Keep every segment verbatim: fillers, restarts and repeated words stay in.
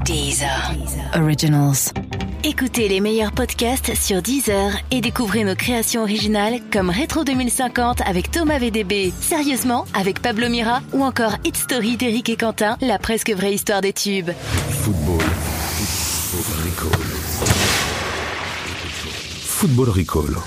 Deezer Originals. Écoutez les meilleurs podcasts sur Deezer et découvrez nos créations originales comme Rétro deux mille cinquante avec Thomas V D B, Sérieusement avec Pablo Mira ou encore Hit Story d'Éric et Quentin, la presque vraie histoire des tubes. Football. Football Recall. Football Recall.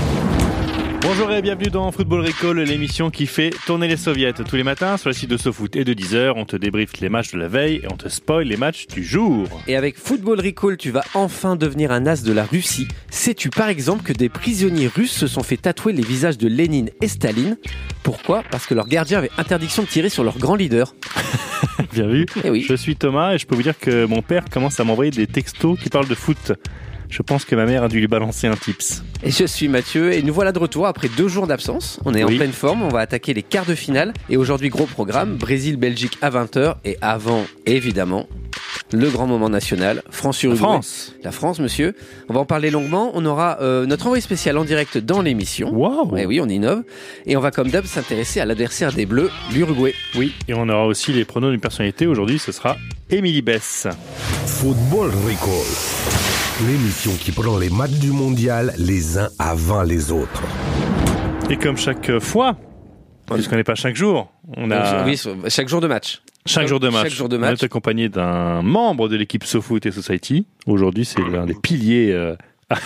Bonjour et bienvenue dans Football Recall, l'émission qui fait tourner les soviets. Tous les matins, sur le site de SoFoot et de Deezer, on te débriefe les matchs de la veille et on te spoil les matchs du jour. Et avec Football Recall, tu vas enfin devenir un as de la Russie. Sais-tu par exemple que des prisonniers russes se sont fait tatouer les visages de Lénine et Staline? Pourquoi? Parce que leur gardien avait interdiction de tirer sur leur grand leader. Bien vu. Eh oui. Je suis Thomas et je peux vous dire que mon père commence à m'envoyer des textos qui parlent de foot. Je pense que ma mère a dû lui balancer un tips. Et je suis Mathieu et nous voilà de retour après deux jours d'absence. On est oui. en pleine forme, on va attaquer les quarts de finale. Et aujourd'hui, gros programme, Brésil-Belgique à vingt heures. Et avant, évidemment, le grand moment national, France-Uruguay. La France. La France, monsieur. On va en parler longuement. On aura euh, notre envoyé spécial en direct dans l'émission. Waouh. Et oui, on innove. Et on va comme d'hab s'intéresser à l'adversaire des Bleus, l'Uruguay. Oui, et on aura aussi les pronos d'une personnalité. Aujourd'hui, ce sera Émilie Bess. Football Recall. L'émission qui prend les matchs du mondial les uns avant les autres. Et comme chaque fois, puisqu'on n'est pas chaque jour, on a... Oui, chaque jour de match. Chaque jour de match. Chaque jour de match. On est accompagné d'un membre de l'équipe SoFoot et Society. Aujourd'hui, c'est l'un des piliers, euh...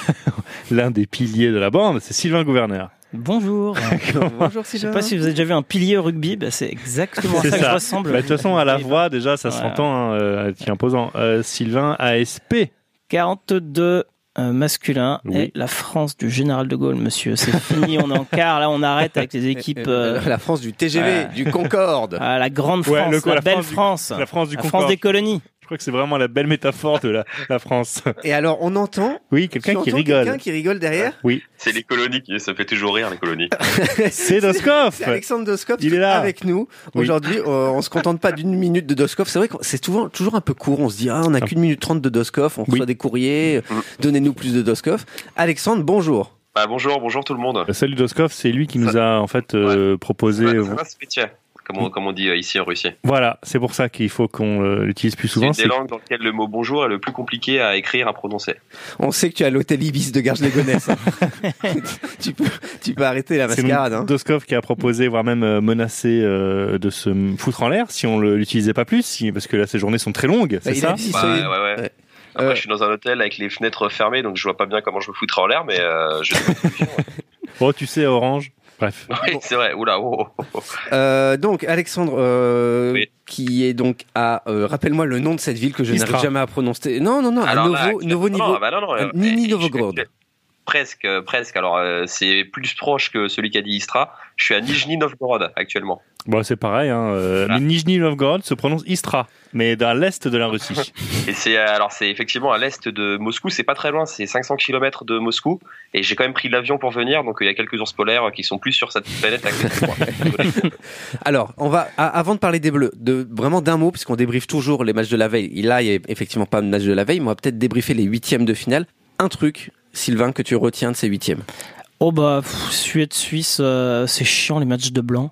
l'un des piliers de la bande, c'est Sylvain Gouverneur. Bonjour. Bonjour Sylvain. Je sais pas si vous avez déjà vu un pilier au rugby, bah c'est exactement c'est ça, ça que je ressemble. Bah, de toute façon, à la voix, déjà, ça voilà. s'entend, hein, euh, qui est imposant. Euh, Sylvain A S P. quarante-deux euh, masculin oui. Et la France du général de Gaulle, monsieur. C'est fini, on est en quart. Là, on arrête avec les équipes. Euh... La France du T G V, euh... du Concorde. Ah, la grande France, ouais, le coup, la, la belle France. France. Du, la France du la Concorde. France des colonies. Je crois que c'est vraiment la belle métaphore de la, la France. Et alors, on entend. Oui, quelqu'un qui rigole. Quelqu'un qui rigole derrière. Oui. C'est les colonies qui, ça fait toujours rire, les colonies. c'est Doskov. C'est Alexandre Doskov. Il est là. Avec nous. Oui. Aujourd'hui, euh, on se contente pas d'une minute de Doskov. C'est vrai que c'est souvent, toujours un peu court. On se dit, ah, on a qu'une minute trente de Doskov. On reçoit oui. des courriers. Mm. Donnez-nous plus de Doskov. Alexandre, bonjour. Bah, bonjour, bonjour tout le monde. Salut Doskov, c'est lui qui nous ça... a, en fait, euh, ouais. proposé. Ça va, ça va ce métier. Comme on, comme on dit ici en Russie. Voilà, c'est pour ça qu'il faut qu'on euh, l'utilise plus souvent. C'est une des langues dans lesquelles le mot bonjour est le plus compliqué à écrire, à prononcer. On sait que tu es à l'hôtel Ibis de Garges-les-Gonesse. Hein. tu, peux, tu peux arrêter la mascarade. C'est hein. Doskov qui a proposé, voire même euh, menacé euh, de se foutre en l'air si on ne l'utilisait pas plus, si, parce que là, ces journées sont très longues, c'est bah, ça dit, bah, ouais, ouais, ouais. ouais. Après, euh... je suis dans un hôtel avec les fenêtres fermées, donc je vois pas bien comment je me foutrais en l'air, mais euh, je... Oh, tu sais, Orange. Bref. Oui, c'est vrai. Oula. Oh, oh, oh. Euh, donc Alexandre, euh, oui. qui est donc à, euh, rappelle-moi le nom de cette ville que je Istra. n'arrive jamais à prononcer. Non, non, non, à Alors, Novo, là, Novo non, niveau. Non, bah non, non, euh, Nini Novgorod. Presque, presque. Alors, euh, c'est plus proche que celui qui a dit Istra. Je suis à Nijni Novgorod actuellement. Bon, c'est pareil. Hein, euh, ah. Mais Nijni Novgorod se prononce Istra, mais dans l'est de la Russie. Et c'est alors c'est effectivement à l'est de Moscou. C'est pas très loin. C'est cinq cents kilomètres de Moscou. Et j'ai quand même pris l'avion pour venir. Donc il y a quelques ours polaires qui sont plus sur cette planète à côté de moi. Alors, on va avant de parler des Bleus, de vraiment d'un mot, puisqu'on débriefe toujours les matchs de la veille. Et là, il y a effectivement pas de match de la veille, mais on va peut-être débriefer les huitièmes de finale. Un truc, Sylvain, que tu retiens de ces huitièmes? Oh bah, pff, Suède-Suisse, euh, c'est chiant les matchs de blanc.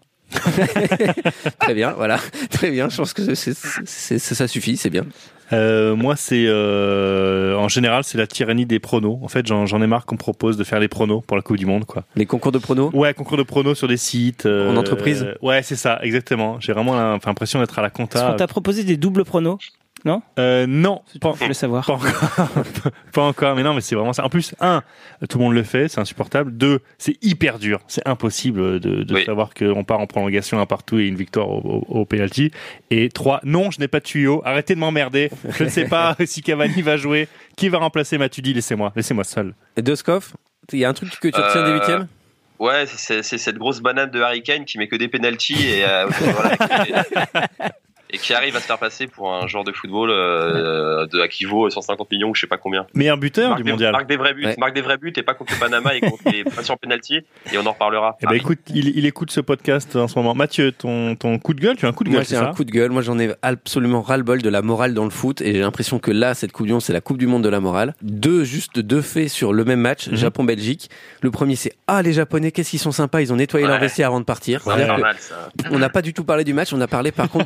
Très bien, voilà, très bien. Je pense que c'est, c'est, c'est, ça suffit, c'est bien. Euh, moi, c'est euh, en général, c'est la tyrannie des pronos. En fait, j'en, j'en ai marre qu'on me propose de faire les pronos pour la Coupe du Monde, quoi. Les concours de pronos. Ouais, concours de pronos sur des sites. Euh, en entreprise. Euh, ouais, c'est ça, exactement. J'ai vraiment l'impression d'être à la compta. Est-ce qu'on t'a proposé des doubles pronos? Non euh, Non, pas, je voulais savoir. Pas encore. Pas encore, mais non, mais c'est vraiment ça. En plus, un, tout le monde le fait, c'est insupportable. Deux, c'est hyper dur, c'est impossible de, de oui. savoir qu'on part en prolongation un partout et une victoire au, au, au penalty. Et trois, non, je n'ai pas de tuyau. Arrêtez de m'emmerder. Je ne sais pas si Cavani va jouer, qui va remplacer Matuidi. Laissez-moi, laissez-moi seul. Et Doskov, il y a un truc que tu retiens euh... des huitièmes? Ouais, c'est, c'est cette grosse banane de Harry Kane qui met que des penalties et euh, voilà. Et qui arrive à se faire passer pour un joueur de football euh, de, à qui vaut cent cinquante millions ou je sais pas combien. Meilleur buteur marque du des, mondial. Marque des vrais buts, ouais. marque des vrais buts et pas contre le Panama et contre les passions penalty et on en reparlera. Eh ben écoute, il, il écoute ce podcast en ce moment. Mathieu, ton, ton coup de gueule, tu as un coup de gueule, Moi, c'est j'ai ça un coup de gueule. Moi, j'en ai absolument ras-le-bol de la morale dans le foot et j'ai l'impression que là, cette Coupe du Monde, c'est la Coupe du Monde de la morale. Deux, juste deux faits sur le même match, mm-hmm. Japon-Belgique. Le premier, c'est ah les Japonais, qu'est-ce qu'ils sont sympas, ils ont nettoyé ouais. leur vestiaire avant de partir. Ouais, C'est-à-dire mal, ça. On n'a pas du tout parlé du match, on a parlé par contre de cette image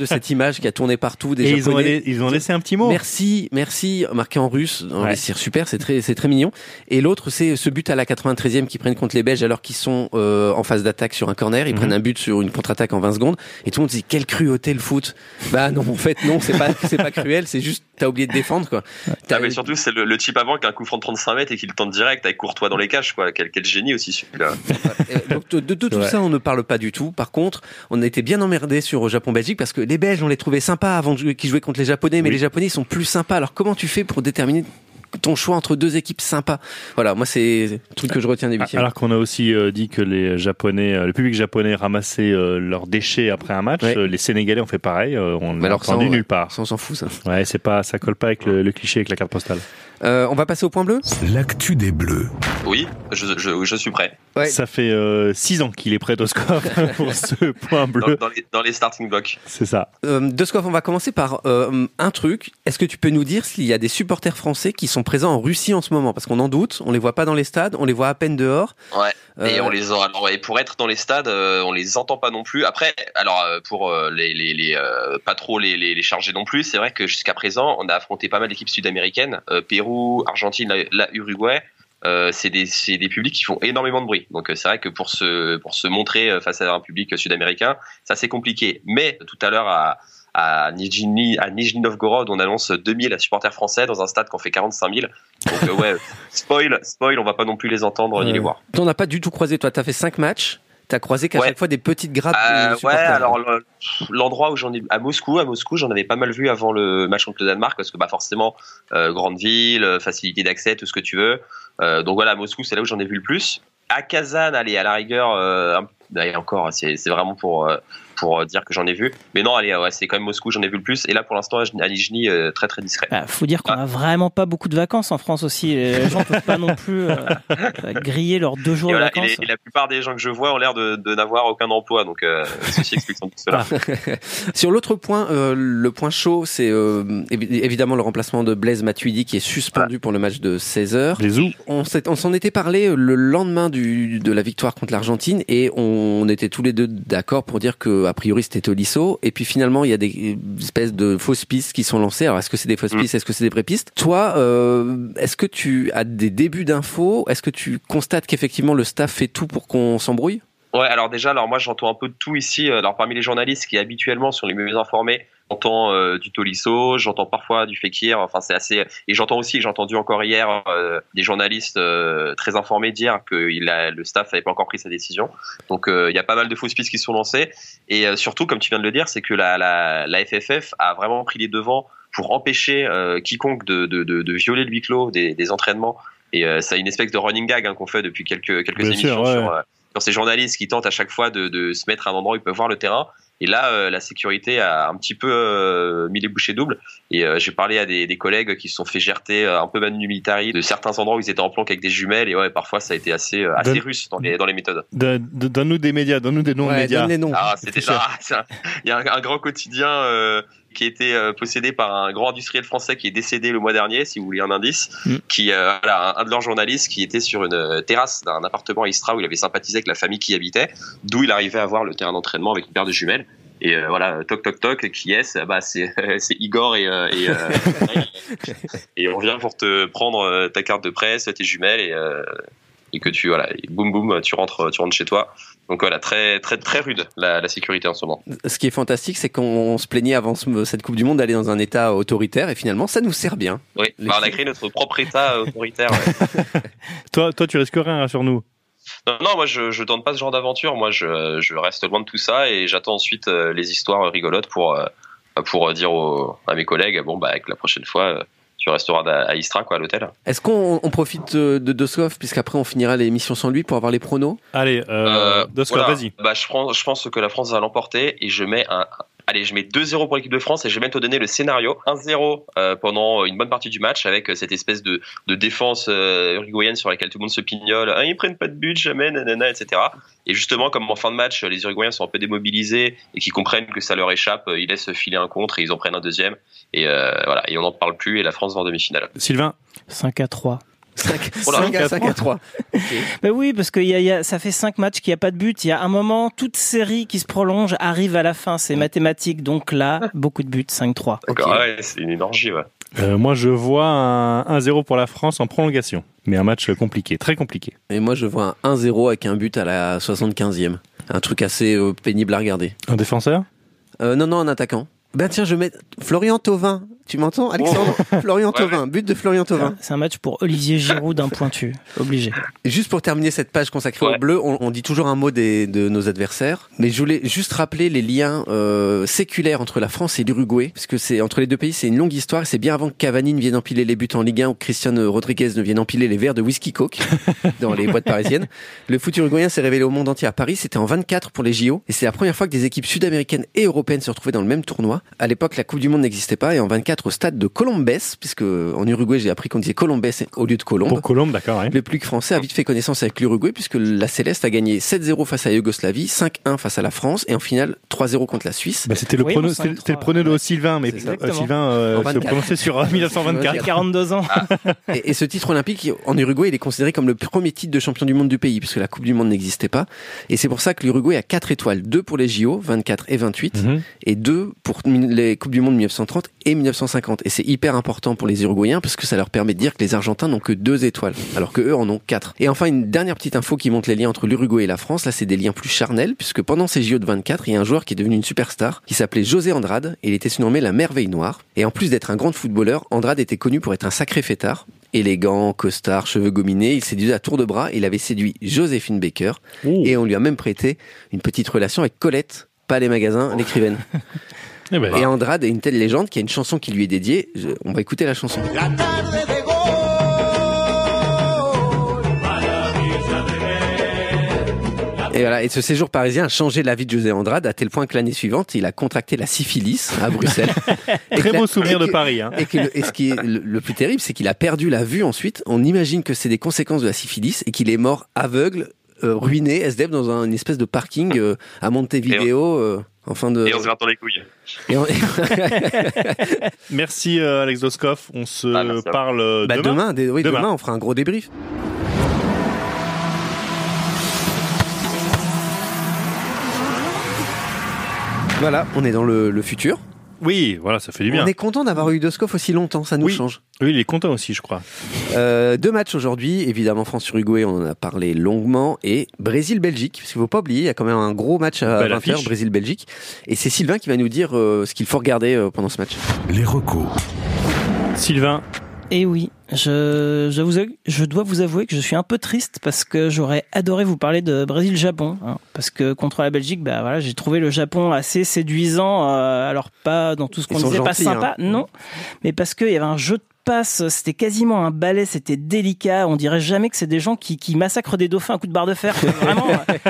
message qui a tourné partout. Des Et Japonais. ils ont, allé, ils ont laissé un petit mot. Merci, merci, marqué en russe. Ouais. C'est super, c'est très, c'est très mignon. Et l'autre, c'est ce but à la quatre-vingt-treizième qu'ils prennent contre les Belges alors qu'ils sont euh, en phase d'attaque sur un corner. Ils mm-hmm. prennent un but sur une contre-attaque en vingt secondes. Et tout le monde dit quelle cruauté le foot. Bah non, en fait non, c'est pas, c'est pas cruel, c'est juste t'as oublié de défendre quoi. Ah, mais surtout c'est le, le type avant qui a un coup franc de trente-cinq mètres et qui le tente direct avec Courtois dans les cages quoi. Quel, quel génie aussi celui-là. Donc de, de, de tout ça on ne parle pas du tout. Par contre, on a été bien emmerdés sur Japon-Belgique parce que les Belges on les trouvait sympas avant qu'ils jouaient contre les Japonais, mais oui. les Japonais ils sont plus sympas. Alors comment tu fais pour déterminer ton choix entre deux équipes sympas? Voilà, moi c'est le truc que je retiens des huitièmes. Alors qu'on a aussi euh, dit que les Japonais, euh, le public japonais ramassait euh, leurs déchets après un match. Ouais. Euh, les Sénégalais ont fait pareil. Euh, on l'a entendu nulle part. Ça on s'en fout ça. Ouais, c'est pas, ça colle pas avec le, le cliché avec la carte postale. Euh, on va passer au point bleu. L'actu des Bleus. Oui, je, je, je suis prêt. Ouais. Ça fait euh, six ans qu'il est prêt, Doskov, pour ce point bleu. Dans, dans, les, dans les starting blocks. C'est ça. Euh, Doskov, on va commencer par euh, un truc. Est-ce que tu peux nous dire s'il y a des supporters français qui sont présents en Russie en ce moment? Parce qu'on en doute, on les voit pas dans les stades, on les voit à peine dehors. Ouais. Et euh... on les a, alors, et pour être dans les stades, euh, on les entend pas non plus. Après, alors pour euh, les, les, les euh, pas trop les, les, les charger non plus. C'est vrai que jusqu'à présent, on a affronté pas mal d'équipes sud-américaines, euh, Pérou, Argentine, la, la Uruguay. Euh, c'est des c'est des publics qui font énormément de bruit. Donc c'est vrai que pour se pour se montrer face à un public sud-américain, ça c'est compliqué. Mais tout à l'heure à à Nijni à Nijni Novgorod, on annonce deux mille supporters français dans un stade qui en fait quarante-cinq mille. Donc euh, ouais, spoil spoil, on va pas non plus les entendre euh, ni les voir. On n'a pas du tout croisé. Toi, t'as fait cinq matchs. T'as croisé qu'à ouais. chaque fois des petites grappes. Euh, ouais, alors le, l'endroit où j'en ai à Moscou, à Moscou, j'en avais pas mal vu avant le match contre le Danemark parce que bah forcément euh, grande ville, facilité d'accès, tout ce que tu veux. Euh, donc voilà, à Moscou, c'est là où j'en ai vu le plus. À Kazan, allez, à la rigueur, euh, et encore, c'est c'est vraiment pour euh, pour dire que j'en ai vu. Mais non, allez, ouais, c'est quand même Moscou, j'en ai vu le plus. Et là, pour l'instant, à Nijni, euh, très très discret. Bah, faut dire qu'on ah. a vraiment pas beaucoup de vacances en France aussi. Les gens peuvent pas non plus euh, griller leurs deux jours et de voilà, vacances. Et, les, et la plupart des gens que je vois ont l'air de, de n'avoir aucun emploi. Donc, euh, ceci explique tout cela. Ah. Sur l'autre point, euh, le point chaud, c'est euh, évidemment le remplacement de Blaise Matuidi qui est suspendu ah. pour le match de seize heures. On, on s'en était parlé le lendemain du, de la victoire contre l'Argentine et on était tous les deux d'accord pour dire que a priori c'était Tolisso et puis finalement il y a des espèces de fausses pistes qui sont lancées. Alors est-ce que c'est des fausses pistes, est-ce que c'est des vraies pistes? Toi, euh, est-ce que tu as des débuts d'infos? Est-ce que tu constates qu'effectivement le staff fait tout pour qu'on s'embrouille? Ouais, alors déjà, alors moi j'entends un peu de tout ici. Alors parmi les journalistes qui habituellement sont les mieux informés, j'entends euh, du Tolisso, j'entends parfois du Fekir. Enfin c'est assez. Et j'entends aussi, j'ai entendu encore hier euh, des journalistes euh, très informés dire que il a, le staff n'avait pas encore pris sa décision. Donc il euh, y a pas mal de fausses pistes qui sont lancées. Et euh, surtout, comme tu viens de le dire, c'est que la, la, la F F F a vraiment pris les devants pour empêcher euh, quiconque de, de, de, de violer le huis clos des, des entraînements. Et euh, c'est une espèce de running gag hein, qu'on fait depuis quelques quelques Bien émissions sûr, ouais. sur. Euh, sur ces journalistes qui tentent à chaque fois de, de se mettre à un endroit où ils peuvent voir le terrain. Et là, euh, la sécurité a un petit peu euh, mis les bouchées doubles. Et euh, j'ai parlé à des, des collègues qui se sont fait gerter euh, un peu manu militari de certains endroits où ils étaient en planque avec des jumelles. Et ouais, parfois ça a été assez euh, assez donne, russe dans les dans les méthodes. Donne-nous des médias, donne-nous des noms ouais, de médias. Donne les noms. Ah, c'était ça. Il y a un, un grand quotidien. Euh, qui était euh, possédé par un grand industriel français qui est décédé le mois dernier, si vous voulez un indice, mm. qui euh, voilà, un, un de leurs journalistes qui était sur une euh, terrasse d'un appartement à Istra où il avait sympathisé avec la famille qui y habitait, d'où il arrivait à voir le terrain d'entraînement avec une paire de jumelles. Et euh, voilà, toc toc toc, qui est-ce? Bah c'est c'est Igor et euh, et, euh, et on vient pour te prendre ta carte de presse, tes jumelles et euh, et que tu voilà, et boum boum, tu rentres tu rentres chez toi. Donc voilà, très très très rude la, la sécurité en ce moment. Ce qui est fantastique, c'est qu'on se plaignait avant cette Coupe du Monde d'aller dans un État autoritaire et finalement ça nous sert bien. Oui, bah, on a créé notre propre État autoritaire. Ouais. toi, toi, tu risques rien sur nous. Non, non, moi je je tente pas ce genre d'aventure. Moi je je reste loin de tout ça et j'attends ensuite euh, les histoires rigolotes pour euh, pour dire aux, à mes collègues bon bah avec la prochaine fois. Euh, tu resteras à Istra, quoi, à l'hôtel. Est-ce qu'on on profite de Doskov, puisqu'après on finira l'émission sans lui pour avoir les pronos? Allez, euh, euh, Doskov, voilà. Vas-y. Bah, je, prends, je pense que la France va l'emporter et je mets un. Allez, je mets deux zéro pour l'équipe de France et je vais même te donner le scénario. un zéro euh, pendant une bonne partie du match avec cette espèce de, de défense euh, uruguayenne sur laquelle tout le monde se pignole. Ah, ils prennent pas de but, jamais, nanana, et cetera. Et justement, comme en fin de match, les Uruguayens sont un peu démobilisés et qu'ils comprennent que ça leur échappe, ils laissent filer un contre et ils en prennent un deuxième. Et euh, voilà, et on n'en parle plus et la France va en demi-finale. Sylvain? cinq à trois. cinq à trois. Okay. Ben oui, parce que y a, y a, ça fait cinq matchs qu'il n'y a pas de but. Il y a un moment, toute série qui se prolonge arrive à la fin. C'est mathématique. Donc là, beaucoup de buts, cinq trois. D'accord, okay. Ouais, c'est une énergie, ouais. Euh, moi, je vois un un zéro pour la France en prolongation. Mais un match compliqué, très compliqué. Et moi, je vois un un zéro avec un but à la soixante-quinzième. Un truc assez euh, pénible à regarder. Un défenseur ? euh, Non, non, un attaquant. Ben tiens, je mets Florian Thauvin. Tu m'entends, Alexandre? Oh. Florian Thauvin, but de Florian Thauvin. C'est un match pour Olivier Giroud d'un pointu, obligé. Et juste pour terminer cette page consacrée ouais. au bleu, on, on dit toujours un mot des, de nos adversaires, mais je voulais juste rappeler les liens euh, séculaires entre la France et l'Uruguay, parce que c'est entre les deux pays, c'est une longue histoire. C'est bien avant que Cavani ne vienne empiler les buts en Ligue un ou que Cristiano Rodriguez ne vienne empiler les verres de whisky Coke dans les boîtes parisiennes. Le foot uruguayen s'est révélé au monde entier à Paris. C'était en vingt-quatre pour les J O, et c'est la première fois que des équipes sud-américaines et européennes se retrouvaient dans le même tournoi. À l'époque, la Coupe du Monde n'existait pas, et en vingt-quatre au stade de Colombes, puisque en Uruguay j'ai appris qu'on disait Colombes au lieu de Colombe. Pour Colombe, d'accord. Ouais. Le plus français a vite fait connaissance avec l'Uruguay, puisque la Céleste a gagné sept zéro face à la Yougoslavie, cinq un face à la France, et en finale trois zéro contre la Suisse. Bah, c'était le oui, prono, c'était, c'était le prono de Sylvain, mais euh, Sylvain euh, se prononçait sur euh, dix-neuf cent vingt-quatre. quarante-deux ans. Ah. Et, et ce titre olympique en Uruguay, il est considéré comme le premier titre de champion du monde du pays, puisque la Coupe du Monde n'existait pas. Et c'est pour ça que l'Uruguay a quatre étoiles, deux pour les J O, vingt-quatre et vingt-huit, mm-hmm. et deux pour les Coupes du Monde dix-neuf cent trente et dix-neuf cent cinquante. Et c'est hyper important pour les Uruguayens parce que ça leur permet de dire que les Argentins n'ont que deux étoiles, alors que eux en ont quatre. Et enfin, une dernière petite info qui montre les liens entre l'Uruguay et la France. Là, c'est des liens plus charnels, puisque pendant ces J O de vingt-quatre, il y a un joueur qui est devenu une superstar, qui s'appelait José Andrade, et il était surnommé la Merveille Noire. Et en plus d'être un grand footballeur, Andrade était connu pour être un sacré fêtard. Élégant, costard, cheveux gominés, il séduisait à tour de bras. Il avait séduit Joséphine Baker, Ouh. Et on lui a même prêté une petite relation avec Colette, pas les magasins, l'écrivaine. Et, ben, et Andrade est une telle légende qu'il y a une chanson qui lui est dédiée. Je, on va écouter la chanson. La Et voilà. Et ce séjour parisien a changé la vie de José Andrade à tel point que l'année suivante, il a contracté la syphilis à Bruxelles. Très beau souvenir de Paris. Hein. Et, que le, et ce qui est le, le plus terrible, c'est qu'il a perdu la vue ensuite. On imagine que c'est des conséquences de la syphilis et qu'il est mort aveugle, euh, ruiné, S D F dans un, une espèce de parking euh, à Montevideo. Euh, en fin de... Et on se grattant les couilles. Et on... Merci euh, Alex Doskov. On se ah, parle euh, bah, demain. Demain, dé- oui, demain. demain, on fera un gros débrief. Voilà, on est dans le, le futur. Oui, voilà, ça fait du bien. On est content d'avoir eu Doskov aussi longtemps, ça nous oui. change. Oui, il est content aussi, je crois. Euh, deux matchs aujourd'hui, évidemment France-Uruguay, on en a parlé longuement, et Brésil-Belgique, parce qu'il ne faut pas oublier, il y a quand même un gros match à vingt heures, Brésil-Belgique, et c'est Sylvain qui va nous dire euh, ce qu'il faut regarder euh, pendant ce match. Les recos. Sylvain. Eh oui, je, je, vous, je dois vous avouer que je suis un peu triste parce que j'aurais adoré vous parler de Brésil-Japon. Hein, parce que contre la Belgique, bah voilà, j'ai trouvé le Japon assez séduisant. Euh, alors pas dans tout ce qu'on Ils disait, gentils, pas sympa, hein. non. Mais parce qu'il y avait un jeu de passe, c'était quasiment un ballet, c'était délicat. On dirait jamais que c'est des gens qui, qui massacrent des dauphins à coups de barre de fer. Vraiment,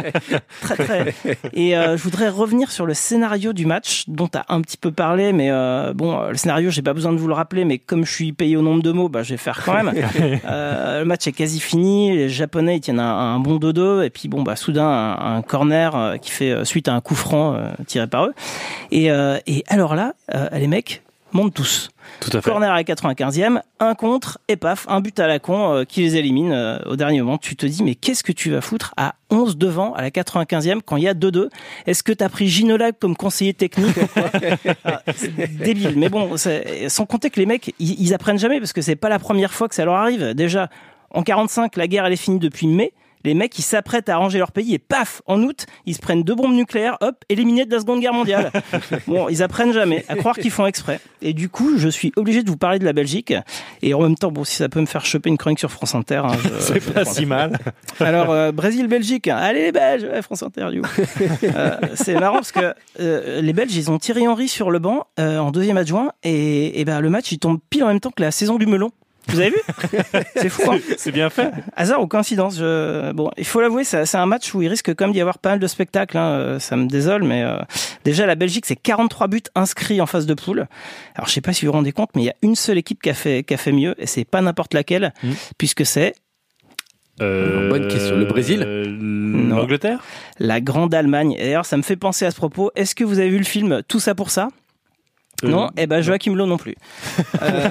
très très. Et euh, je voudrais revenir sur le scénario du match, dont tu as un petit peu parlé, mais euh, bon, le scénario, j'ai pas besoin de vous le rappeler, mais comme je suis payé au nombre de mots, bah je vais faire quand même. euh, le match est quasi fini, les Japonais ils tiennent un, un bon deux deux, et puis bon bah soudain un, un corner euh, qui fait suite à un coup franc euh, tiré par eux. Et, euh, et alors là, euh, les mecs montent tous. Tout à fait. Corner à la quatre-vingt-quinzième, un contre, et paf, un but à la con euh, qui les élimine euh, au dernier moment. Tu te dis, mais qu'est-ce que tu vas foutre à onze devant à la quatre-vingt-quinzième quand il y a deux deux? Est-ce que t'as pris Ginola comme conseiller technique ou quoi? ah, c'est débile. Mais bon, c'est, sans compter que les mecs, ils, ils apprennent jamais parce que c'est pas la première fois que ça leur arrive. Déjà, en quarante-cinq, la guerre elle est finie depuis mai. Les mecs, ils s'apprêtent à ranger leur pays et paf, en août, ils se prennent deux bombes nucléaires, hop, éliminés de la Seconde Guerre mondiale. Bon, ils apprennent jamais, à croire qu'ils font exprès. Et du coup, je suis obligé de vous parler de la Belgique. Et en même temps, bon, si ça peut me faire choper une chronique sur France Inter, hein, je, c'est je pas si mal. Alors, euh, Brésil-Belgique, allez les Belges, ouais, France Inter, du coup. euh, c'est marrant parce que euh, les Belges, ils ont Thierry Henry sur le banc euh, en deuxième adjoint, et, et ben le match, il tombe pile en même temps que la saison du melon. Vous avez vu? C'est fou, hein? C'est bien fait. Hasard ou coïncidence? Je... Bon, il faut l'avouer, c'est, c'est un match où il risque quand même d'y avoir pas mal de spectacles. Hein. Ça me désole, mais euh... déjà la Belgique, c'est quarante-trois buts inscrits en phase de poule. Alors je sais pas si vous vous rendez compte, mais il y a une seule équipe qui a fait qui a fait mieux, et c'est pas n'importe laquelle, mmh. puisque c'est Euh, Bonne question. Le Brésil? euh, L'Angleterre? La grande Allemagne. Et d'ailleurs, ça me fait penser à ce propos. Est-ce que vous avez vu le film Tout ça pour ça? Non, et eh ben Joachim Löw non plus. euh,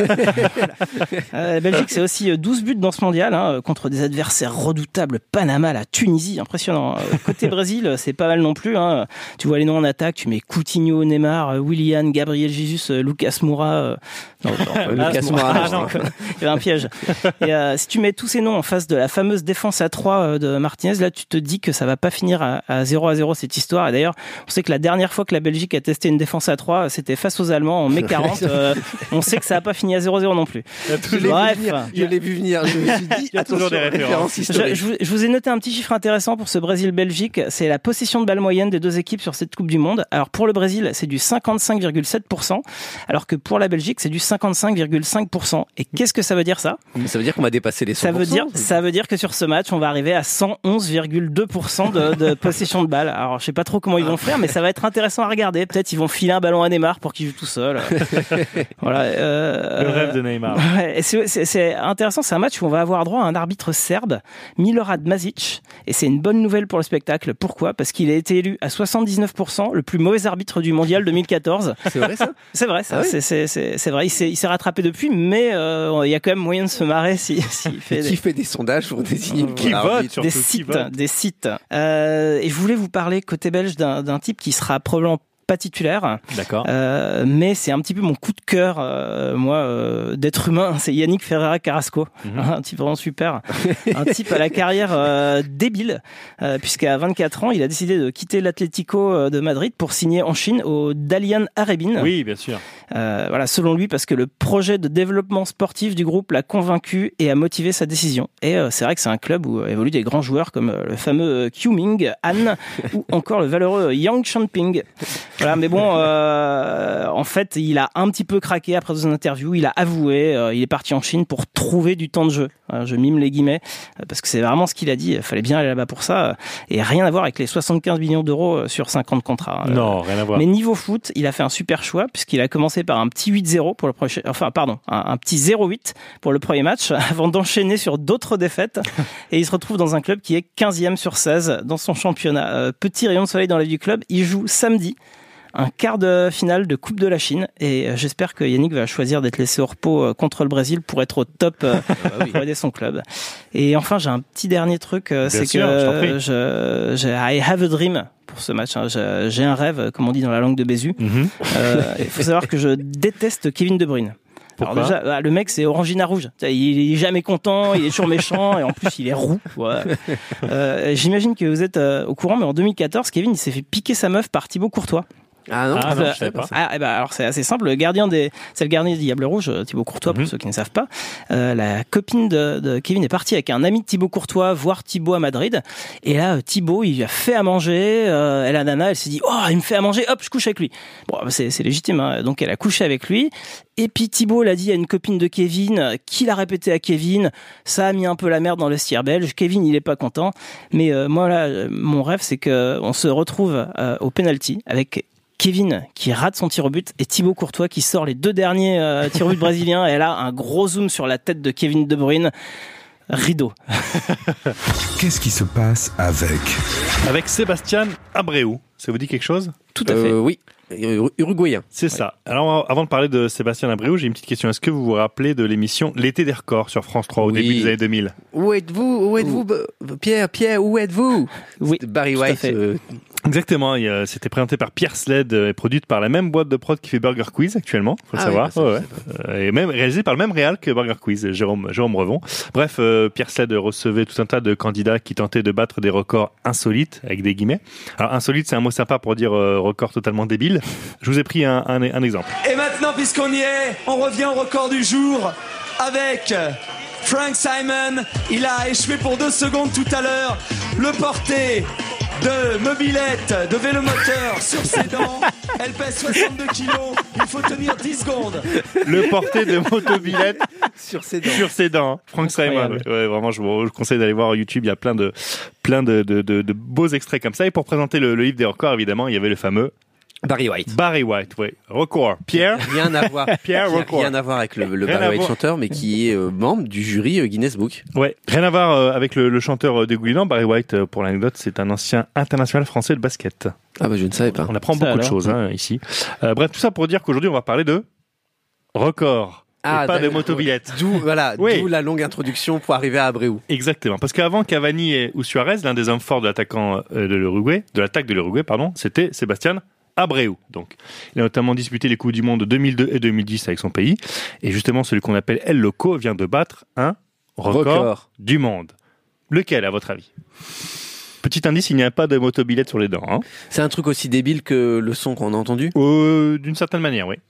euh, la Belgique, c'est aussi douze buts dans ce mondial, hein, contre des adversaires redoutables. Panama, la Tunisie, impressionnant. Euh, côté Brésil, c'est pas mal non plus. Hein. Tu vois les noms en attaque, tu mets Coutinho, Neymar, Willian, Gabriel Jesus, Lucas Moura. Euh... Non, non, ah, Lucas Moura, ah, non, il y avait un piège. Et euh, si tu mets tous ces noms en face de la fameuse défense à trois de Martinez, là, tu te dis que ça va pas finir à, à zéro à zéro cette histoire. Et d'ailleurs, on sait que la dernière fois que la Belgique a testé une défense à trois, c'était face aux Allemands en mai quarante. euh, on sait que ça n'a pas fini à zéro zéro non plus. Je l'ai Bref, vu venir. Je l'ai vu venir. Je me suis dit, il y a toujours des références historiques. Je, je, je vous ai noté un petit chiffre intéressant pour ce Brésil-Belgique. C'est la possession de balle moyenne des deux équipes sur cette Coupe du Monde. Alors pour le Brésil, c'est du cinquante-cinq virgule sept pour cent, alors que pour la Belgique, c'est du cinquante-cinq virgule cinq pour cent. Et qu'est-ce que ça veut dire ça ? Ça veut dire qu'on va dépasser les cent pour cent. Ça veut dire, ça veut dire que sur ce match, on va arriver à cent onze virgule deux pour cent de, de possession de balle. Alors je sais pas trop comment ils vont faire, mais ça va être intéressant à regarder. Peut-être ils vont filer un ballon à Neymar pour qu'il joue tout seul. Voilà. Euh, le rêve de Neymar. Ouais, c'est, c'est, c'est intéressant. C'est un match où on va avoir droit à un arbitre serbe, Milorad Mazic, et c'est une bonne nouvelle pour le spectacle. Pourquoi ? Parce qu'il a été élu à soixante-dix-neuf pour cent le plus mauvais arbitre du mondial deux mille quatorze. C'est vrai ça ? C'est vrai ça. Ah oui c'est, c'est, c'est, c'est vrai. Il s'est, il s'est rattrapé depuis, mais euh, il y a quand même moyen de se marrer si, si il fait. Qui des... fait des sondages pour désigner euh, qui vote surtout, des sites, vote. des sites. Euh, et je voulais vous parler côté belge d'un, d'un type qui sera probablement pas titulaire. D'accord. Euh, mais c'est un petit peu mon coup de cœur, euh, moi, euh, d'être humain. C'est Yannick Ferreira Carrasco. Mm-hmm. Un type vraiment super. Un type à la carrière euh, débile, euh, puisqu'à vingt-quatre ans, il a décidé de quitter l'Atlético de Madrid pour signer en Chine au Dalian Harbin. Oui, bien sûr. Euh, voilà, selon lui, parce que le projet de développement sportif du groupe l'a convaincu et a motivé sa décision. Et euh, c'est vrai que c'est un club où évoluent des grands joueurs comme euh, le fameux Qiu Ming, Han, ou encore le valeureux Yang Chanping. Voilà, mais bon, euh, en fait, il a un petit peu craqué après son interview. Il a avoué, euh, il est parti en Chine pour trouver du temps de jeu. Euh, je mime les guillemets, euh, parce que c'est vraiment ce qu'il a dit. Il fallait bien aller là-bas pour ça. Euh, et rien à voir avec les soixante-quinze millions d'euros sur cinquante contrats. Euh, non, rien à voir. Mais niveau foot, il a fait un super choix, puisqu'il a commencé par un petit huit zéro pour le prochain, enfin, pardon, un, un petit zéro huit pour le premier match, avant d'enchaîner sur d'autres défaites. Et il se retrouve dans un club qui est quinzième sur seize dans son championnat. Euh, petit rayon de soleil dans la vie du club. Il joue samedi un quart de finale de Coupe de la Chine, et j'espère que Yannick va choisir d'être laissé au repos contre le Brésil pour être au top pour aider son club. Et enfin, j'ai un petit dernier truc, Bien c'est sûr, que je, je, I have a dream pour ce match. Hein. J'ai, j'ai un rêve, comme on dit dans la langue de Bézu. Mm-hmm. Euh, il faut savoir que je déteste Kevin De Bruyne. Alors déjà, le mec, c'est Orangina rouge. Il est jamais content, il est toujours méchant, et en plus, il est roux. Ouais. Euh, j'imagine que vous êtes euh, au courant, mais en deux mille quatorze, Kevin, il s'est fait piquer sa meuf par Thibaut Courtois. Ah non, ah, non je savais pas. Ah, eh ben, alors c'est assez simple. Le gardien des, c'est le gardien des Diables Rouges, Thibaut Courtois, pour mm-hmm. ceux qui ne savent pas. Euh, la copine de, de Kevin est partie avec un ami de Thibaut Courtois voir Thibaut à Madrid. Et là, Thibaut, il lui a fait à manger. Euh, elle, la nana, elle s'est dit, oh, il me fait à manger, hop, je couche avec lui. Bon, c'est, c'est légitime, hein. Donc elle a couché avec lui. Et puis Thibaut l'a dit à une copine de Kevin, qui l'a répété à Kevin. Ça a mis un peu la merde dans le vestiaire belge. Kevin, il est pas content. Mais euh, moi là, mon rêve, c'est que on se retrouve euh, au penalty avec Kevin qui rate son tir au but et Thibaut Courtois qui sort les deux derniers euh, tirs au but brésiliens. Et là, un gros zoom sur la tête de Kevin De Bruyne. Rideau. Qu'est-ce qui se passe avec Avec Sébastien Abreu. Ça vous dit quelque chose ? Tout à fait. Euh, oui. Uruguayen. C'est ouais. ça. Alors, avant de parler de Sébastien Abreu, j'ai une petite question. Est-ce que vous vous rappelez de l'émission L'été des records sur France trois au oui. début des années deux mille ? Où êtes-vous Où êtes-vous Pierre, Pierre, où êtes-vous Oui. Barry White. Euh... Exactement. Il, c'était présenté par Pierre Sled et produite par la même boîte de prod qui fait Burger Quiz actuellement. Faut le ah savoir. Oui, ouais, ouais. Et même réalisé par le même réal que Burger Quiz, Jérôme, Jérôme Revon. Bref, euh, Pierre Sled recevait tout un tas de candidats qui tentaient de battre des records insolites, avec des guillemets. Alors, insolite, c'est un mot sympa pour dire euh, record totalement débile. Je vous ai pris un, un, un exemple. Et maintenant, puisqu'on y est, on revient au record du jour avec Frank Simon. Il a échoué pour deux secondes tout à l'heure. Le porté de mobilette, de vélomoteur sur ses dents. Elle pèse soixante-deux kilos. Il faut tenir dix secondes. Le porté de motobilette sur ses dents. Sur ses dents. Frank Simon. Ouais, ouais, vraiment, je vous conseille d'aller voir YouTube. Il y a plein de, plein de, de, de, de beaux extraits comme ça. Et pour présenter le, le livre des records, évidemment, il y avait le fameux Barry White. Barry White, oui. Record. Pierre. Rien à voir. Pierre Record. Rien à voir avec le, le Rien Barry White voir. chanteur, mais qui est euh, membre du jury euh, Guinness Book. Ouais. Rien à voir euh, avec le, le chanteur euh, des Goulinans. Barry White, euh, pour l'anecdote, c'est un ancien international français de basket. Ah bah je ne savais pas. On apprend Ça beaucoup alors. de choses hein, ici. Euh, bref, tout ça pour dire qu'aujourd'hui, on va parler de record. Ah, et pas de d'accord. motobilette. D'où voilà, Oui. d'où la longue introduction pour arriver à Abreu. Exactement. Parce qu'avant Cavani et, ou Suarez, l'un des hommes forts de l'attaquant euh, de l'Uruguay, de l'attaque de l'Uruguay, pardon, c'était Sébastien Abreu. Donc, il a notamment disputé les Coupes du Monde deux mille deux et deux mille dix avec son pays. Et justement, celui qu'on appelle El Loco vient de battre un record, Record. du monde. Lequel, à votre avis? Petit indice, il n'y a pas de motobilette sur les dents. Hein. C'est un truc aussi débile que le son qu'on a entendu. Euh, d'une certaine manière, oui.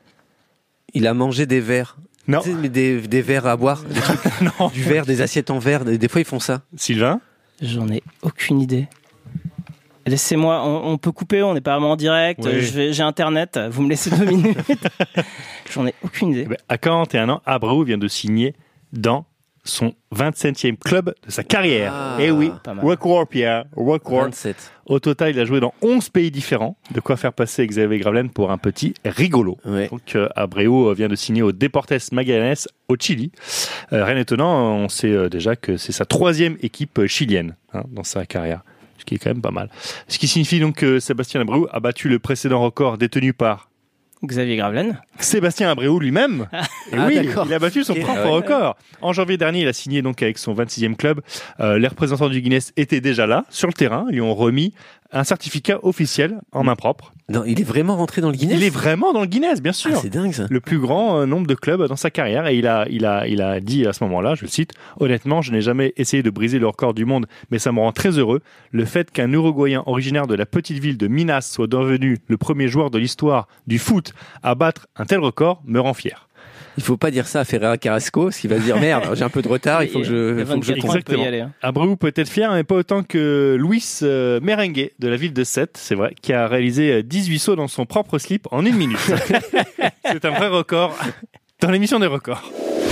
Il a mangé des verres. Non. Tu sais, mais des, des verres à boire, des trucs, Non. du verre, des assiettes en verre. Des, des fois, ils font ça. Sylvain? J'en ai aucune idée. Laissez-moi, on, on peut couper, on n'est pas vraiment en direct. Oui. Je vais, j'ai internet, vous me laissez deux minutes. J'en ai aucune idée. Eh ben, à quarante et un ans, Abreu vient de signer dans son vingt-septième club de sa carrière. Ah, Eh oui, pas mal. record Pierre, record. vingt-sept. Au total, il a joué dans onze pays différents, de quoi faire passer Xavier Gravelaine pour un petit rigolo. Ouais. Donc euh, Abreu vient de signer au Deportes Magallanes au Chili. Euh, rien d'étonnant, on sait euh, déjà que c'est sa troisième équipe euh, chilienne hein, dans sa carrière, ce qui est quand même pas mal. Ce qui signifie donc que Sébastien Abreu a battu le précédent record détenu par Xavier Gravelaine. Sébastien Abreu lui-même. Et Ah, oui, d'accord. il a battu son Ok. propre Ah ouais. record. En janvier dernier, il a signé donc avec son vingt-sixième club. Euh, les représentants du Guinness étaient déjà là, sur le terrain. Ils lui ont remis un certificat officiel en main propre. Non, il est vraiment rentré dans le Guinness. Il est vraiment dans le Guinness, bien Ah, sûr. c'est dingue ça. Le plus grand euh, nombre de clubs dans sa carrière. Et il a, il a, il a dit à ce moment-là, je le cite, « Honnêtement, je n'ai jamais essayé de briser le record du monde, mais ça me rend très heureux. Le fait qu'un Uruguayen originaire de la petite ville de Minas soit devenu le premier joueur de l'histoire du foot à battre un tel record me rend fier. » Il faut pas dire ça à Ferreira Carrasco, parce qu'il va se dire merde, j'ai un peu de retard, il faut que je, il faut que je vingt-quatre compte. ans, il peut y Exactement. aller. hein. Abreu peut être fier, mais pas autant que Luis euh, Merengue de la ville de Sète, c'est vrai, qui a réalisé euh, dix-huit sauts dans son propre slip en une minute. C'est un vrai record dans l'émission des records.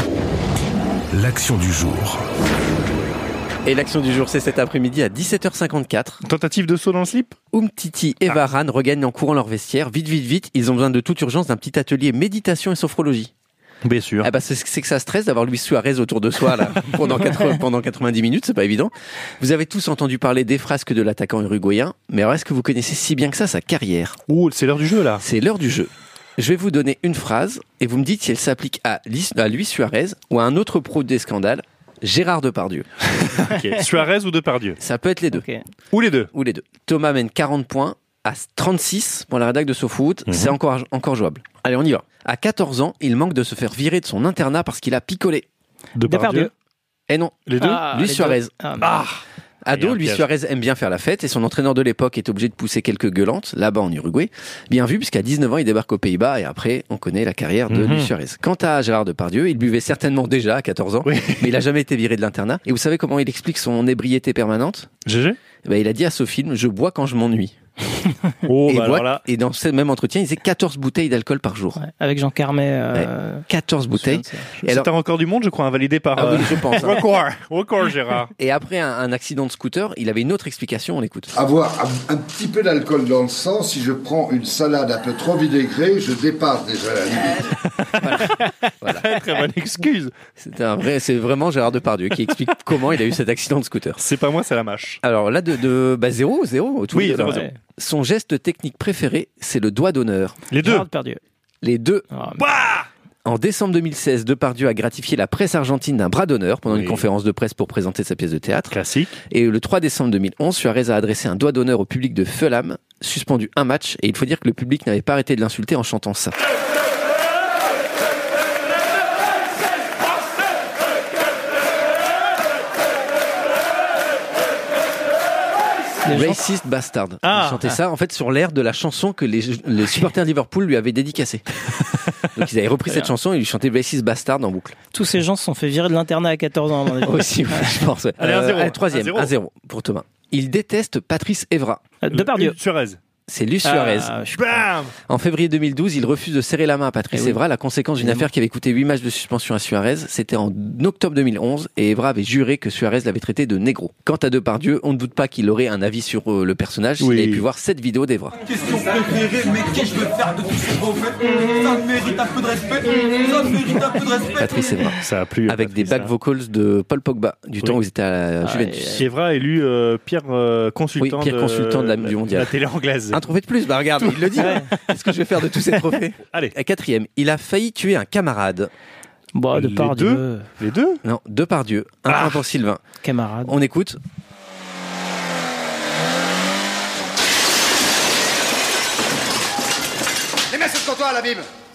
L'action du jour. Et l'action du jour, c'est cet après-midi à dix-sept heures cinquante-quatre. Tentative de saut dans le slip? Umtiti et Varane regagnent en courant leur vestiaire. Vite, vite, vite, ils ont besoin de toute urgence d'un petit atelier méditation et sophrologie. Bien sûr. Ah bah c'est, c'est que ça stresse d'avoir Luis Suarez autour de soi là pendant, quatre, pendant quatre-vingt-dix minutes, c'est pas évident. Vous avez tous entendu parler des frasques de l'attaquant uruguayen, mais alors est-ce que vous connaissez si bien que ça sa carrière? Ouh, c'est l'heure du jeu là. C'est l'heure du jeu. Je vais vous donner une phrase et vous me dites si elle s'applique à Luis, à Luis Suarez ou à un autre pro des scandales, Gérard Depardieu. Ok. Suarez ou Depardieu? Ça peut être les deux. Ok. Ou les deux? Ou les deux. Thomas mène quarante points à trente-six pour la rédac de SoFoot. Mhm. C'est encore, encore jouable. Allez, on y va. À quatorze ans, il manque de se faire virer de son internat parce qu'il a picolé. Depardieu. Eh non, Les deux? Ah, Luis les Suarez. deux. Ah, Ah! Ado, Il y a un Luis piège. Suarez aime bien faire la fête et son entraîneur de l'époque est obligé de pousser quelques gueulantes là-bas en Uruguay. Bien vu, puisqu'à dix-neuf ans, il débarque aux Pays-Bas et après, on connaît la carrière de Mhm. Luis Suarez. Quant à Gérard Depardieu, il buvait certainement déjà à quatorze ans, Oui. mais il a jamais été viré de l'internat. Et vous savez comment il explique son ébriété permanente? G G? Eh ben, il a dit à ce film, je bois quand je m'ennuie. Oh, et, bah boit- alors là. et dans ce même entretien, il faisait quatorze bouteilles d'alcool par jour. ouais, avec Jean Carmet. Euh, quatorze bouteilles. Et C'est alors- un record du monde, je crois, invalidé par. Ah euh, oui, je pense. hein. Record! Record, Gérard. Et après un, un accident de scooter, il avait une autre explication, on l'écoute. Avoir un, un petit peu d'alcool dans le sang, si je prends une salade un peu trop vinaigrée, je dépasse déjà la limite. Très, très bonne excuse. C'est un vrai, c'est vraiment Gérard Depardieu qui explique comment il a eu cet accident de scooter. C'est pas moi, c'est la mâche. Alors là, de, de bah zéro, zéro. Tout Oui, le- zéro, alors, zéro. Son geste technique préféré, c'est le doigt d'honneur. Les deux. Gérard Depardieu. Les deux. Ah, En décembre deux mille seize, Depardieu a gratifié la presse argentine d'un bras d'honneur pendant Oui. une conférence de presse pour présenter sa pièce de théâtre. Classique. Et le trois décembre deux mille onze, Suarez a adressé un doigt d'honneur au public de Fulham, suspendu un match, et il faut dire que le public n'avait pas arrêté de l'insulter en chantant ça. les gens- Racist Bastard. Ah. il chantait ça en fait sur l'air de la chanson que les, les supporters de Liverpool lui avaient dédicacée. Donc ils avaient repris cette chanson et lui chantaient Racist Bastard en boucle. Tous ces gens se sont fait virer de l'internat à quatorze ans, à mon avis. Aussi, oui, je pense. ouais. Allez, un zéro. allez, troisième, Un zéro. un zéro pour Thomas. Il déteste Patrice Evra. Euh, Depardieu. Suarez. C'est Luis Suarez. Ah, je suis Bam En février deux mille douze, il refuse de serrer la main à Patrice Eh oui. Evra, la conséquence d'une affaire qui avait coûté huit matchs de suspension à Suarez. C'était en octobre deux mille onze et Evra avait juré que Suarez l'avait traité de négro. Quant à Depardieu, on ne doute pas qu'il aurait un avis sur euh, le personnage Oui. s'il avait pu voir cette vidéo d'Evra. Question préférée, mais qu'est-ce que je veux faire de tout ce qu'on fait? Ça mérite un peu de respect. Ça mérite un peu de respect. Patrice Evra. Ça a plu. à Avec des Patrice, back hein. vocals de Paul Pogba, du Oui. temps où ils étaient à la Ah, Juventus. Evra élu euh, pire euh, consultant, Oui, pire de, consultant de la- du mondial. la télé anglaise. Un trophée de plus, bah regarde, il le dit. Qu'est-ce que je vais faire de tous ces trophées? Allez, À quatrième, il a failli tuer un camarade. Bon, de Les part deux Dieu, les deux Non, Depardieu. Un Ah. point pour Sylvain. camarade. On écoute. Les mains sur le comptoir, la bim.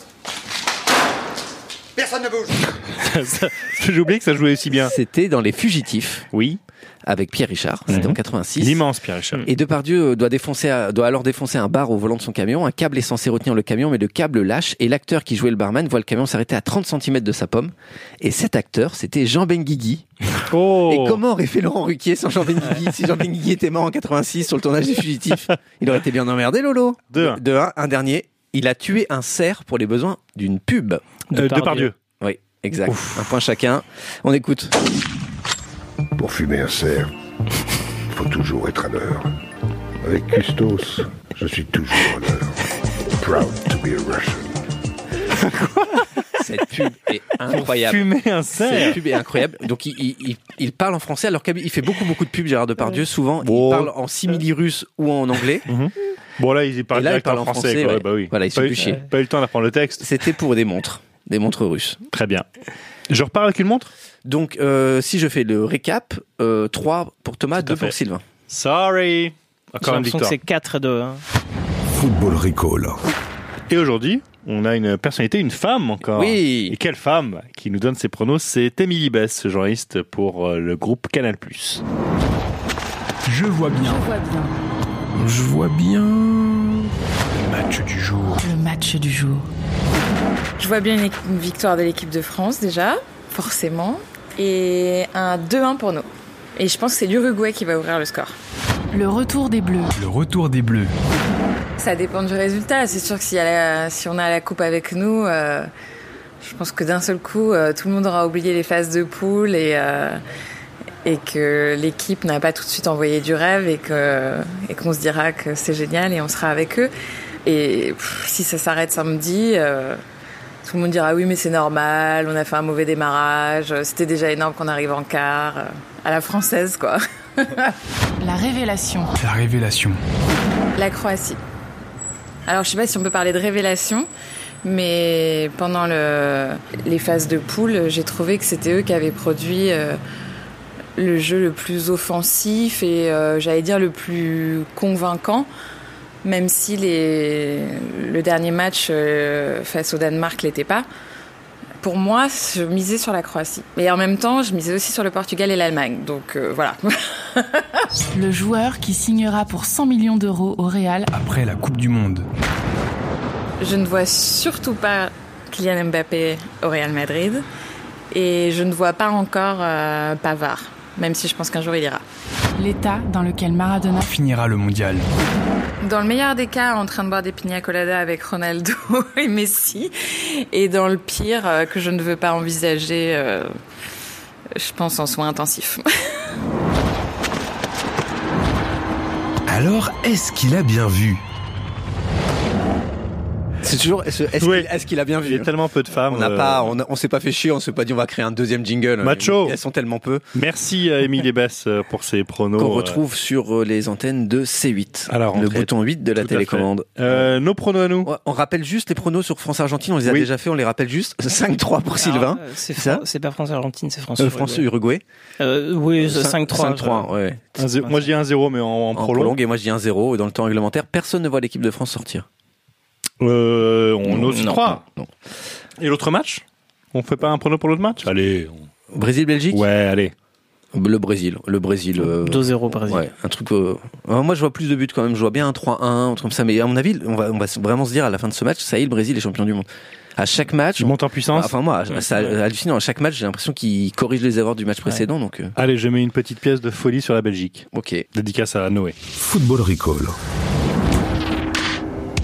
Personne ne bouge. Ça- J'ai oublié que ça jouait aussi bien. C'était dans Les Fugitifs Oui, avec Pierre Richard. C'était Mhm. en quatre-vingt-six. l'immense Pierre Richard. Et Depardieu doit, défoncer, doit alors défoncer un bar au volant de son camion. Un câble est censé retenir le camion, mais le câble lâche et l'acteur qui jouait le barman voit le camion s'arrêter à trente centimètres de sa pomme. Et cet acteur, c'était Jean Benguigui. Oh Et comment aurait fait Laurent Ruquier sans Jean Benguigui? Si Jean Benguigui était mort en quatre-vingt-six sur le tournage des Fugitifs, il aurait été bien emmerdé, Lolo. De un. De un, un dernier. Il a tué un cerf pour les besoins d'une pub. Euh, Depardieu. Oui, exact. Un point chacun. On écoute. Pour fumer un cerf, il faut toujours être à l'heure. Avec Custos, je suis toujours à l'heure. Proud to be a Russian. Cette pub est incroyable. Fumer un Cette cerf. pub est incroyable. Donc il, il, il, il parle en français alors qu'il fait beaucoup beaucoup de pubs, Gérard Depardieu. Souvent, Bon. il parle en simili-russe ou en anglais. Bon là, il parle Et là, il direct parle en en français. français, quoi. ouais. Bah oui. Voilà, il se pas, fait eu, chier. pas eu le temps d'apprendre le texte. C'était pour des montres, des montres russes. Très bien. Je repars avec une montre. Donc euh, si je fais le récap, euh, trois pour Thomas, Tout à deux pour fait. Sylvain. Sorry. J'ai Encore une l'impression que victoire. c'est quatre deux. Hein. Football Recall. Et aujourd'hui, on a une personnalité, une femme encore. Oui. Et quelle femme qui nous donne ses pronos? C'est Émilie Bess, journaliste pour euh, le groupe Canal+. Je vois bien. Je vois bien Je vois bien. Le match du jour. le match du jour. Je vois bien une, équipe- une victoire de l'équipe de France déjà, forcément, et un deux un pour nous. Et je pense que c'est l'Uruguay qui va ouvrir le score. Le retour des Bleus. Le retour des Bleus. Ça dépend du résultat. C'est sûr que si, la- si on a la coupe avec nous, euh, je pense que d'un seul coup, euh, tout le monde aura oublié les phases de poule et, euh, et que l'équipe n'a pas tout de suite envoyé du rêve et que et qu'on se dira que c'est génial et on sera avec eux. Et pff, si ça s'arrête samedi, euh, tout le monde dira oui mais c'est normal, on a fait un mauvais démarrage, c'était déjà énorme qu'on arrive en quart, euh, à la française quoi. La révélation. La révélation. La Croatie. Alors je sais pas si on peut parler de révélation, mais pendant le, les phases de poule, j'ai trouvé que c'était eux qui avaient produit euh, le jeu le plus offensif et euh, j'allais dire le plus convaincant, même si les, le dernier match euh, face au Danemark l'était pas. Pour moi, je misais sur la Croatie. Et en même temps, je misais aussi sur le Portugal et l'Allemagne. Donc euh, voilà. Le joueur qui signera pour cent millions d'euros au Real. Après la Coupe du Monde. Je ne vois surtout pas Kylian Mbappé au Real Madrid. Et je ne vois pas encore euh, Pavard, même si je pense qu'un jour il ira. L'état dans lequel Maradona Finira le mondial. Dans le meilleur des cas, en train de boire des pina coladas avec Ronaldo et Messi. Et dans le pire, euh, que je ne veux pas envisager, euh, je pense en soins intensifs. Alors, est-ce qu'il a bien vu? C'est toujours. Est-ce, est-ce Oui. qu'il, est-ce qu'il a bien Il y vu? a tellement peu de femmes. On n'a euh, pas, on, a- on s'est pas fait chier, on s'est pas dit on va créer un deuxième jingle. Macho. Elles sont tellement peu Merci à Émilie Bess euh, pour ses pronos. qu'on euh, retrouve sur euh, les antennes de C huit. à la rentrée. Le bouton huit de la Tout à télécommande. fait. Euh, nos pronos à nous. Ouais, on rappelle juste les pronos sur France-Argentine, on les a Oui. déjà fait, on les rappelle juste. cinq trois pour Sylvain. Alors, euh, c'est, ça Fran- c'est pas France-Argentine, c'est Euh, France-Uruguay. France-Uruguay. Euh, oui, cinq trois. cinq trois, ouais. Un zé- Moi je dis un zéro mais en, en En prolong. prolong, et moi je dis un zéro. Et dans le temps réglementaire, personne ne voit l'équipe de France sortir. Euh, on ose Non, croire. non. Et l'autre match? On fait pas un prono pour l'autre match? Allez. Brésil-Belgique? Ouais, allez. Le Brésil. Le Brésil. euh, deux zéro Brésil. Ouais, un truc. euh, euh, moi, je vois plus de buts quand même. Je vois bien un trois un, un truc comme ça. Mais à mon avis, on va, on va vraiment se dire à la fin de ce match, ça y est, le Brésil est champion du monde. À chaque match. Il monte en puissance. Enfin, moi, Ouais. c'est hallucinant. À chaque match, j'ai l'impression qu'il corrige les erreurs du match précédent. Donc, euh, Allez, je mets une petite pièce de folie sur la Belgique. ok. Dédicace à Noé. Football Recall.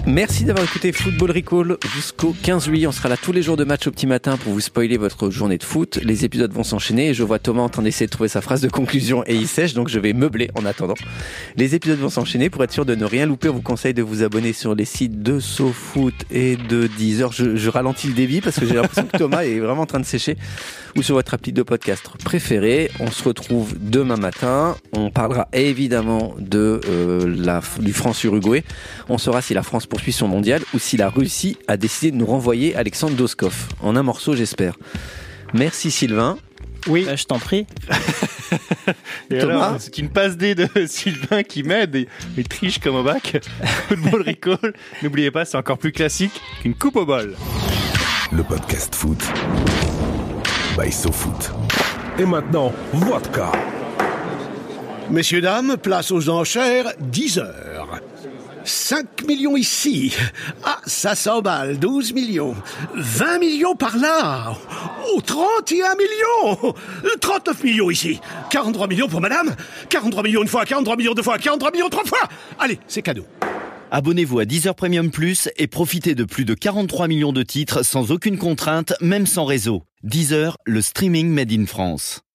Merci d'avoir écouté Football Recall jusqu'au quinze juillet. On sera là tous les jours de match au petit matin pour vous spoiler votre journée de foot. Les épisodes vont s'enchaîner et je vois Thomas en train d'essayer de trouver sa phrase de conclusion et il sèche, donc je vais meubler en attendant. Les épisodes vont s'enchaîner. Pour être sûr de ne rien louper, on vous conseille de vous abonner sur les sites de SoFoot et de Deezer. Je, je ralentis le débit parce que j'ai l'impression que Thomas est vraiment en train de sécher. Ou sur votre appli de podcast préféré. On se retrouve demain matin. On parlera évidemment de euh, la, du France-Uruguay. On saura si la France poursuit son mondial ou si la Russie a décidé de nous renvoyer Alexandre Doskov. En un morceau, j'espère. Merci Sylvain. Oui, euh, je t'en prie. Et Thomas, alors, c'est une passe D de Sylvain qui m'aide et il triche comme au bac. Football Recall. N'oubliez pas, c'est encore plus classique qu'une coupe au bol. Le podcast foot by SoFoot. Et maintenant, vodka. Messieurs, dames, place aux enchères, dix heures. cinq millions ici. Ah, ça s'emballe, douze millions. vingt millions par là. Oh, trente et un millions. trente-neuf millions ici. quarante-trois millions pour madame. quarante-trois millions une fois, quarante-trois millions deux fois, quarante-trois millions trois fois. Allez, c'est cadeau. Abonnez-vous à Deezer Premium Plus et profitez de plus de quarante-trois millions de titres sans aucune contrainte, même sans réseau. Deezer, le streaming made in France.